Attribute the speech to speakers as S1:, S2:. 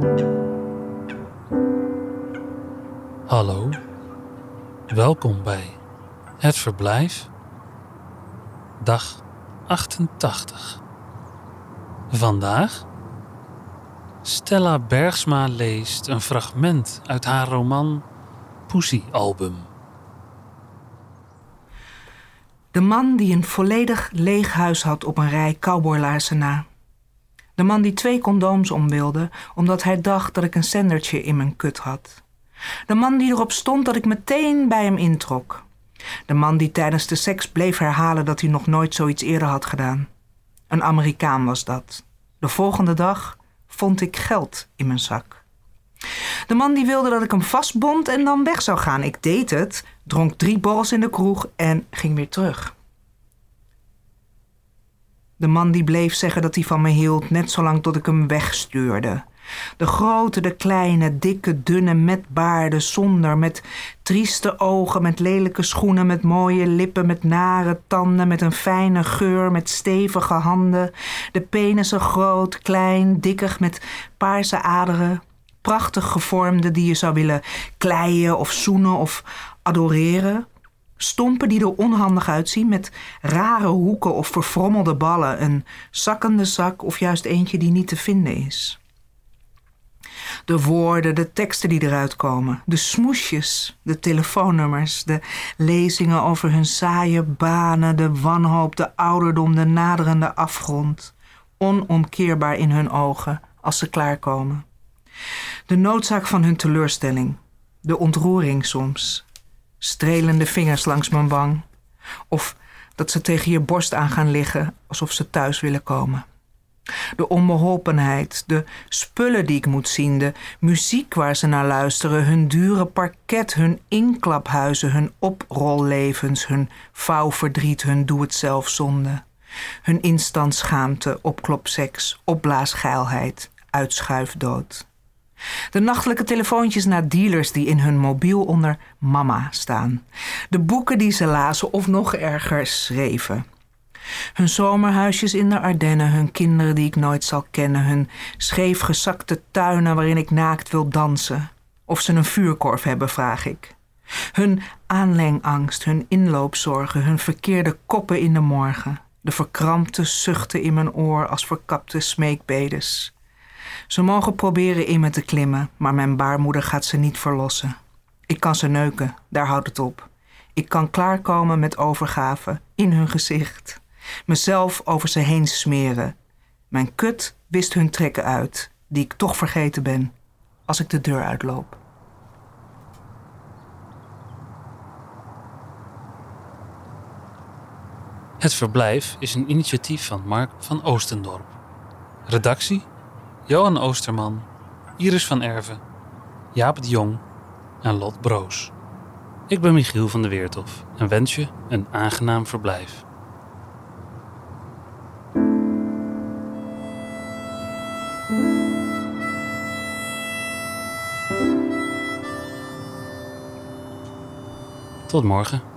S1: Hallo, welkom bij Het Verblijf, dag 88. Vandaag, Stella Bergsma leest een fragment uit haar roman Poesie-album.
S2: De man die een volledig leeg huis had op een rij cowboylaarzen na. De man die 2 condooms om wilde, omdat hij dacht dat ik een sendertje in mijn kut had. De man die erop stond dat ik meteen bij hem introk. De man die tijdens de seks bleef herhalen dat hij nog nooit zoiets eerder had gedaan. Een Amerikaan was dat. De volgende dag vond ik geld in mijn zak. De man die wilde dat ik hem vastbond en dan weg zou gaan. Ik deed het, dronk 3 borrels in de kroeg en ging weer terug. De man die bleef zeggen dat hij van me hield, net zolang tot ik hem wegstuurde. De grote, de kleine, dikke, dunne, met baarden, zonder, met trieste ogen, met lelijke schoenen, met mooie lippen, met nare tanden, met een fijne geur, met stevige handen. De penissen groot, klein, dikkig, met paarse aderen. Prachtig gevormde die je zou willen kleien of zoenen of adoreren. Stompen die er onhandig uitzien met rare hoeken of verfrommelde ballen. Een zakkende zak of juist eentje die niet te vinden is. De woorden, de teksten die eruit komen. De smoesjes, de telefoonnummers, de lezingen over hun saaie banen, de wanhoop, de ouderdom, de naderende afgrond. Onomkeerbaar in hun ogen als ze klaarkomen. De noodzaak van hun teleurstelling. De ontroering soms. Strelende vingers langs mijn wang. Of dat ze tegen je borst aan gaan liggen alsof ze thuis willen komen. De onbeholpenheid, de spullen die ik moet zien, de muziek waar ze naar luisteren, hun dure parket, hun inklaphuizen, hun oprollevens, hun vouwverdriet, hun doe-het-zelf-zonde. Hun instanschaamte, opklopseks, opblaasgeilheid, uitschuifdood. De nachtelijke telefoontjes naar dealers die in hun mobiel onder mama staan. De boeken die ze lazen of nog erger schreven. Hun zomerhuisjes in de Ardennen, hun kinderen die ik nooit zal kennen, hun scheefgezakte tuinen waarin ik naakt wil dansen. Of ze een vuurkorf hebben, vraag ik. Hun aanlengangst, hun inloopzorgen, hun verkeerde koppen in de morgen. De verkrampte zuchten in mijn oor als verkapte smeekbedes. Ze mogen proberen in me te klimmen, maar mijn baarmoeder gaat ze niet verlossen. Ik kan ze neuken, daar houdt het op. Ik kan klaarkomen met overgave in hun gezicht. Mezelf over ze heen smeren. Mijn kut wist hun trekken uit, die ik toch vergeten ben als ik de deur uitloop.
S1: Het Verblijf is een initiatief van Mark van Oostendorp. Redactie: Johan Oosterman, Iris van Erven, Jaap de Jong en Lot Broos. Ik ben Michiel van der Weerthof en wens je een aangenaam verblijf. Tot morgen.